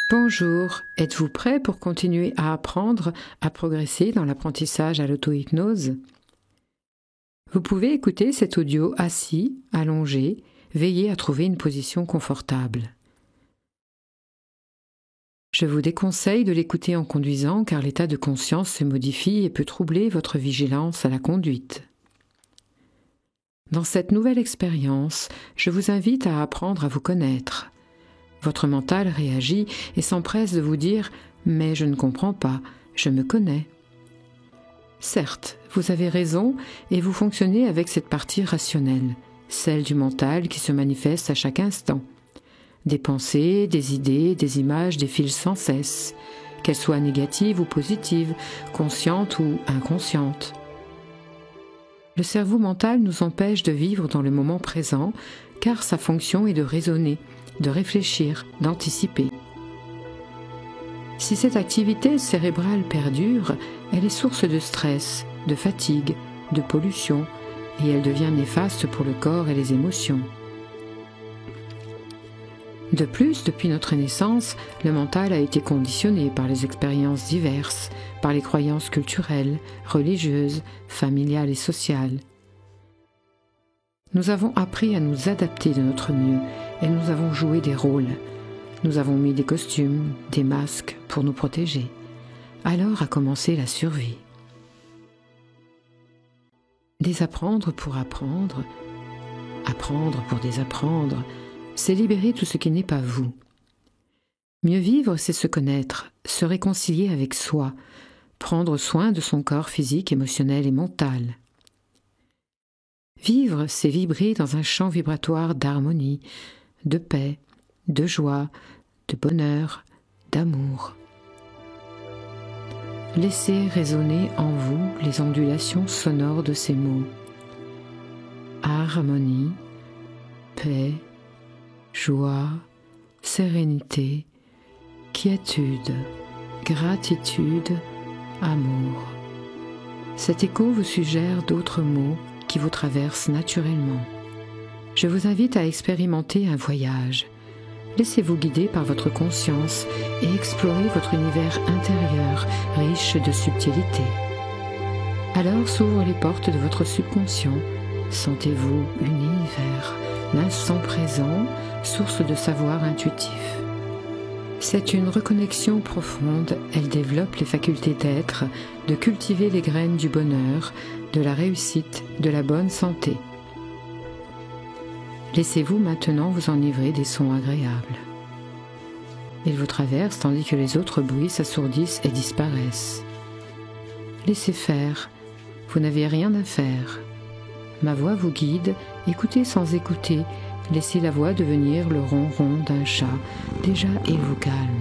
Bonjour, êtes-vous prêt pour continuer à apprendre, à progresser dans l'apprentissage à l'auto-hypnose? Vous pouvez écouter cet audio assis, allongé, veillez à trouver une position confortable. Je vous déconseille de l'écouter en conduisant car l'état de conscience se modifie et peut troubler votre vigilance à la conduite. Dans cette nouvelle expérience, je vous invite à apprendre à vous connaître. Votre mental réagit et s'empresse de vous dire « mais je ne comprends pas, je me connais ». Certes, vous avez raison et vous fonctionnez avec cette partie rationnelle, celle du mental qui se manifeste à chaque instant. Des pensées, des idées, des images défilent sans cesse, qu'elles soient négatives ou positives, conscientes ou inconscientes. Le cerveau mental nous empêche de vivre dans le moment présent car sa fonction est de raisonner, de réfléchir, d'anticiper. Si cette activité cérébrale perdure, elle est source de stress, de fatigue, de pollution, et elle devient néfaste pour le corps et les émotions. De plus, depuis notre naissance, le mental a été conditionné par les expériences diverses, par les croyances culturelles, religieuses, familiales et sociales. Nous avons appris à nous adapter de notre mieux et nous avons joué des rôles. Nous avons mis des costumes, des masques pour nous protéger. Alors a commencé la survie. Désapprendre pour apprendre, apprendre pour désapprendre, c'est libérer tout ce qui n'est pas vous. Mieux vivre, c'est se connaître, se réconcilier avec soi, prendre soin de son corps physique, émotionnel et mental. Vivre, c'est vibrer dans un champ vibratoire d'harmonie, de paix, de joie, de bonheur, d'amour. Laissez résonner en vous les ondulations sonores de ces mots. Harmonie, paix, joie, sérénité, quiétude, gratitude, amour. Cet écho vous suggère d'autres mots qui vous traversent naturellement. Je vous invite à expérimenter un voyage. Laissez-vous guider par votre conscience et explorez votre univers intérieur riche de subtilité. Alors s'ouvrent les portes de votre subconscient. Sentez-vous l'univers, l'instant présent, source de savoir intuitif. C'est une reconnexion profonde, elle développe les facultés d'être, de cultiver les graines du bonheur, de la réussite, de la bonne santé. Laissez-vous maintenant vous enivrer des sons agréables. Ils vous traversent tandis que les autres bruits s'assourdissent et disparaissent. Laissez faire, vous n'avez rien à faire. Ma voix vous guide, écoutez sans écouter, laissez la voix devenir le ronron d'un chat, déjà il vous calme.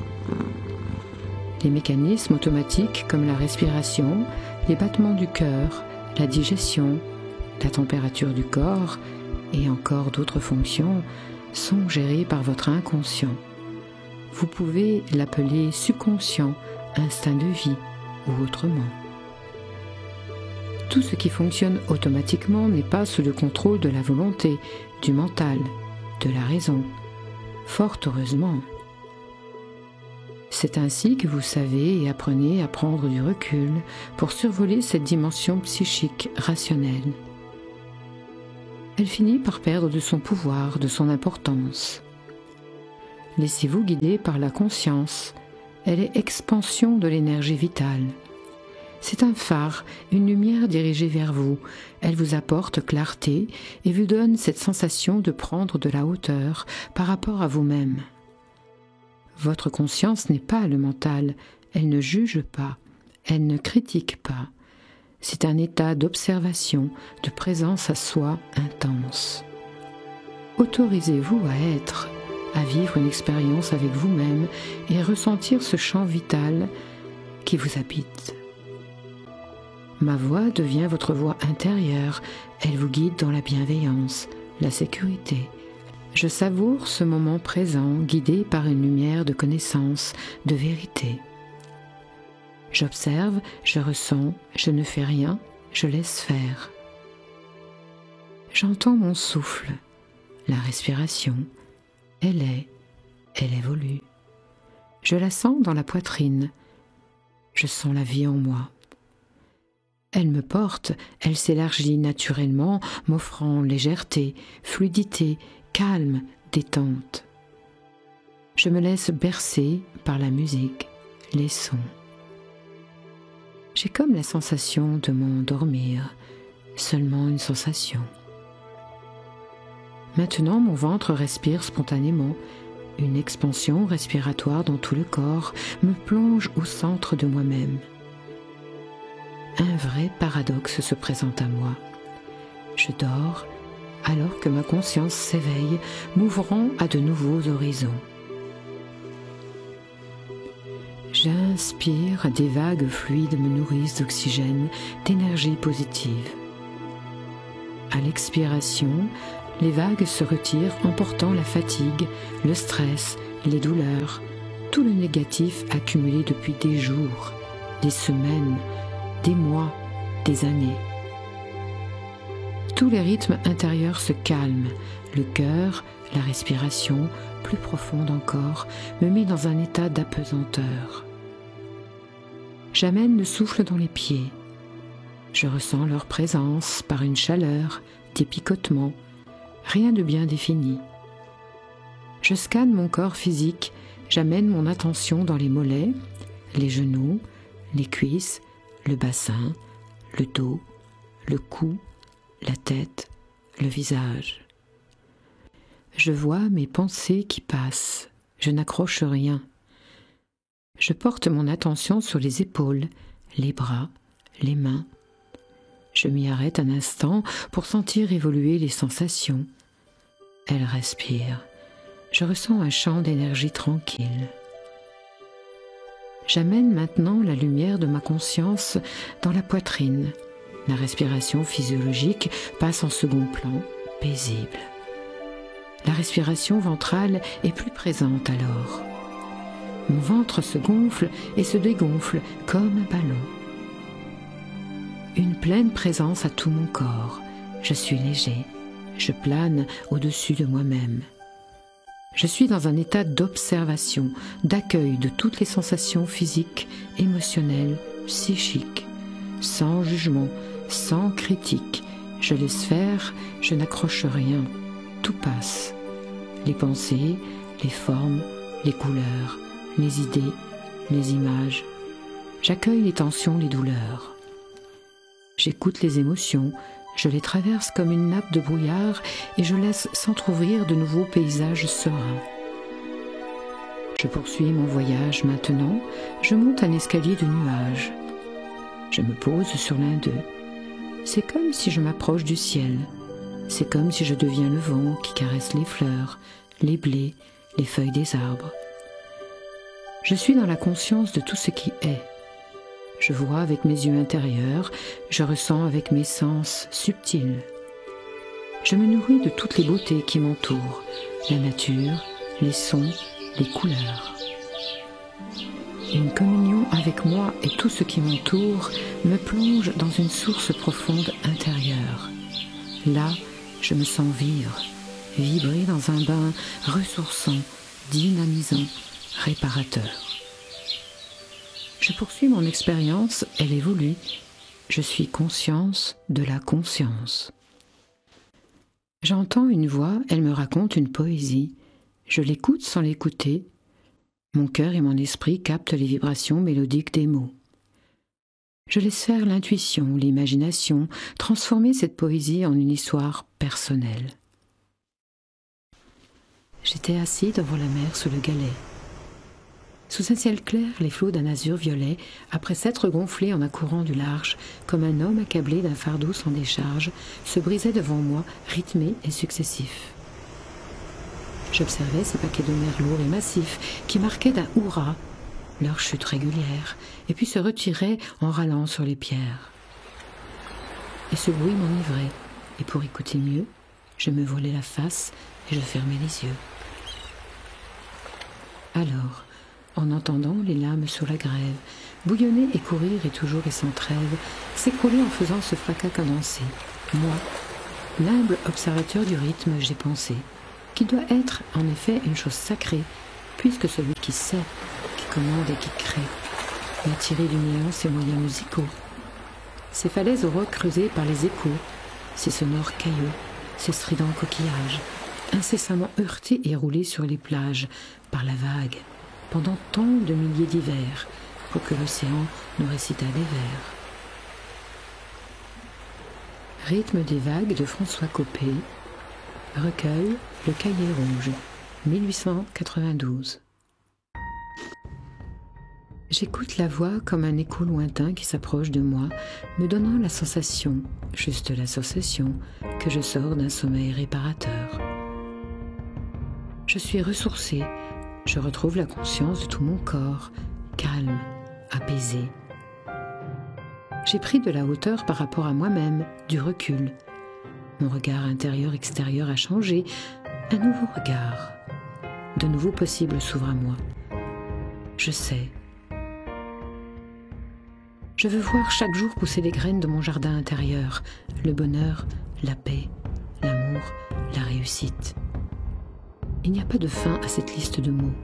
Les mécanismes automatiques comme la respiration, les battements du cœur, la digestion, la température du corps et encore d'autres fonctions sont gérés par votre inconscient. Vous pouvez l'appeler subconscient, instinct de vie ou autrement. Tout ce qui fonctionne automatiquement n'est pas sous le contrôle de la volonté, du mental, de la raison. Fort heureusement. C'est ainsi que vous savez et apprenez à prendre du recul pour survoler cette dimension psychique rationnelle. Elle finit par perdre de son pouvoir, de son importance. Laissez-vous guider par la conscience. Elle est expansion de l'énergie vitale. C'est un phare, une lumière dirigée vers vous. Elle vous apporte clarté et vous donne cette sensation de prendre de la hauteur par rapport à vous-même. Votre conscience n'est pas le mental, elle ne juge pas, elle ne critique pas. C'est un état d'observation, de présence à soi intense. Autorisez-vous à être, à vivre une expérience avec vous-même et ressentir ce champ vital qui vous habite. Ma voix devient votre voix intérieure, elle vous guide dans la bienveillance, la sécurité. Je savoure ce moment présent, guidé par une lumière de connaissance, de vérité. J'observe, je ressens, je ne fais rien, je laisse faire. J'entends mon souffle, la respiration, elle évolue. Je la sens dans la poitrine. Je sens la vie en moi. Elle me porte, elle s'élargit naturellement, m'offrant légèreté, fluidité, calme, détente. Je me laisse bercer par la musique, les sons. J'ai comme la sensation de m'endormir, seulement une sensation. Maintenant, mon ventre respire spontanément. Une expansion respiratoire dans tout le corps me plonge au centre de moi-même. Un vrai paradoxe se présente à moi. Je dors alors que ma conscience s'éveille, m'ouvrant à de nouveaux horizons. J'inspire, des vagues fluides me nourrissent d'oxygène, d'énergie positive. À l'expiration, les vagues se retirent emportant la fatigue, le stress, les douleurs, tout le négatif accumulé depuis des jours, des semaines, des mois, des années. Tous les rythmes intérieurs se calment, le cœur, la respiration, plus profonde encore, me met dans un état d'apesanteur. J'amène le souffle dans les pieds. Je ressens leur présence par une chaleur, des picotements, rien de bien défini. Je scanne mon corps physique, j'amène mon attention dans les mollets, les genoux, les cuisses, le bassin, le dos, le cou, la tête, le visage. Je vois mes pensées qui passent, je n'accroche rien. Je porte mon attention sur les épaules, les bras, les mains. Je m'y arrête un instant pour sentir évoluer les sensations. Elles respirent. Je ressens un champ d'énergie tranquille. J'amène maintenant la lumière de ma conscience dans la poitrine. La respiration physiologique passe en second plan, paisible. La respiration ventrale est plus présente alors. Mon ventre se gonfle et se dégonfle comme un ballon. Une pleine présence à tout mon corps. Je suis léger. Je plane au-dessus de moi-même. Je suis dans un état d'observation, d'accueil de toutes les sensations physiques, émotionnelles, psychiques, sans jugement, sans critique. Je laisse faire, je n'accroche rien. Tout passe. Les pensées, les formes, les couleurs, les idées, les images. J'accueille les tensions, les douleurs. J'écoute les émotions, je les traverse comme une nappe de brouillard et je laisse s'entrouvrir de nouveaux paysages sereins. Je poursuis mon voyage maintenant, je monte un escalier de nuages. Je me pose sur l'un d'eux. C'est comme si je m'approche du ciel. C'est comme si je deviens le vent qui caresse les fleurs, les blés, les feuilles des arbres. Je suis dans la conscience de tout ce qui est. Je vois avec mes yeux intérieurs, je ressens avec mes sens subtils. Je me nourris de toutes les beautés qui m'entourent, la nature, les sons, les couleurs. Une communion avec moi et tout ce qui m'entoure me plonge dans une source profonde intérieure. Là, je me sens vivre, vibrer dans un bain ressourçant, dynamisant, réparateur. Je poursuis mon expérience, elle évolue. Je suis conscience de la conscience. J'entends une voix, elle me raconte une poésie. Je l'écoute sans l'écouter. Mon cœur et mon esprit captent les vibrations mélodiques des mots. Je laisse faire l'intuition, l'imagination, transformer cette poésie en une histoire personnelle. J'étais assis devant la mer sous le galet. Sous un ciel clair, les flots d'un azur violet, après s'être gonflés en accourant du large, comme un homme accablé d'un fardeau sans décharge, se brisaient devant moi, rythmés et successifs. J'observais ces paquets de mer lourds et massifs qui marquaient d'un hurrah leur chute régulière, et puis se retiraient en râlant sur les pierres. Et ce bruit m'enivrait, et pour écouter mieux, je me voilais la face et je fermais les yeux. Alors, en entendant les lames sur la grève, bouillonner et courir et toujours et sans trêve, s'écrouler en faisant ce fracas cadencé. Moi, l'humble observateur du rythme, j'ai pensé, qu'il doit être en effet une chose sacrée, puisque celui qui sait, commande et qui crée, et à tirer du néant ses moyens musicaux. Ces falaises au roc creusées par les échos, ces sonores cailloux, ces stridents coquillages, incessamment heurtés et roulés sur les plages par la vague, pendant tant de milliers d'hivers, pour que l'océan nous récitât des vers. Rythme des vagues de François Coppée, recueil Le Cahier rouge, 1892. J'écoute la voix comme un écho lointain qui s'approche de moi, me donnant la sensation, juste la sensation, que je sors d'un sommeil réparateur. Je suis ressourcée, je retrouve la conscience de tout mon corps, calme, apaisé. J'ai pris de la hauteur par rapport à moi-même, du recul. Mon regard intérieur-extérieur a changé, un nouveau regard. De nouveaux possibles s'ouvrent à moi. Je sais. Je veux voir chaque jour pousser les graines de mon jardin intérieur, le bonheur, la paix, l'amour, la réussite. Il n'y a pas de fin à cette liste de mots.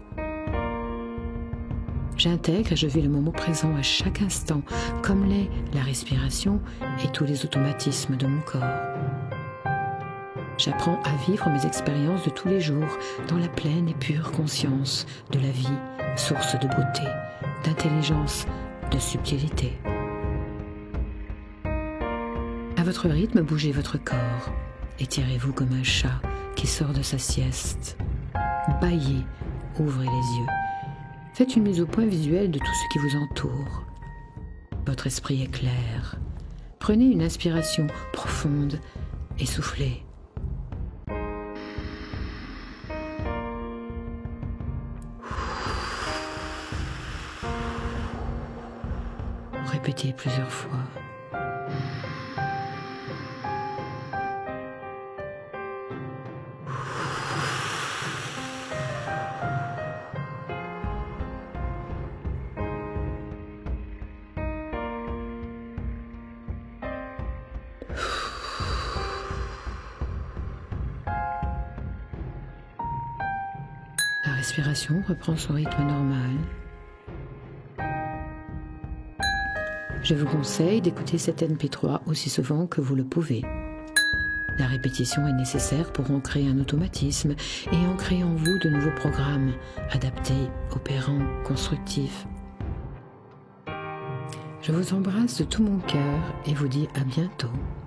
J'intègre et je vis le moment présent à chaque instant, comme l'est la respiration et tous les automatismes de mon corps. J'apprends à vivre mes expériences de tous les jours dans la pleine et pure conscience de la vie, source de beauté, d'intelligence, de subtilité. À votre rythme, bougez votre corps. Étirez-vous comme un chat qui sort de sa sieste. Bâillez, ouvrez les yeux. Faites une mise au point visuelle de tout ce qui vous entoure. Votre esprit est clair. Prenez une inspiration profonde et soufflez. Répétez plusieurs fois. La respiration reprend son rythme normal. Je vous conseille d'écouter cet MP3 aussi souvent que vous le pouvez. La répétition est nécessaire pour ancrer un automatisme et ancrer en vous de nouveaux programmes, adaptés, opérants, constructifs. Je vous embrasse de tout mon cœur et vous dis à bientôt.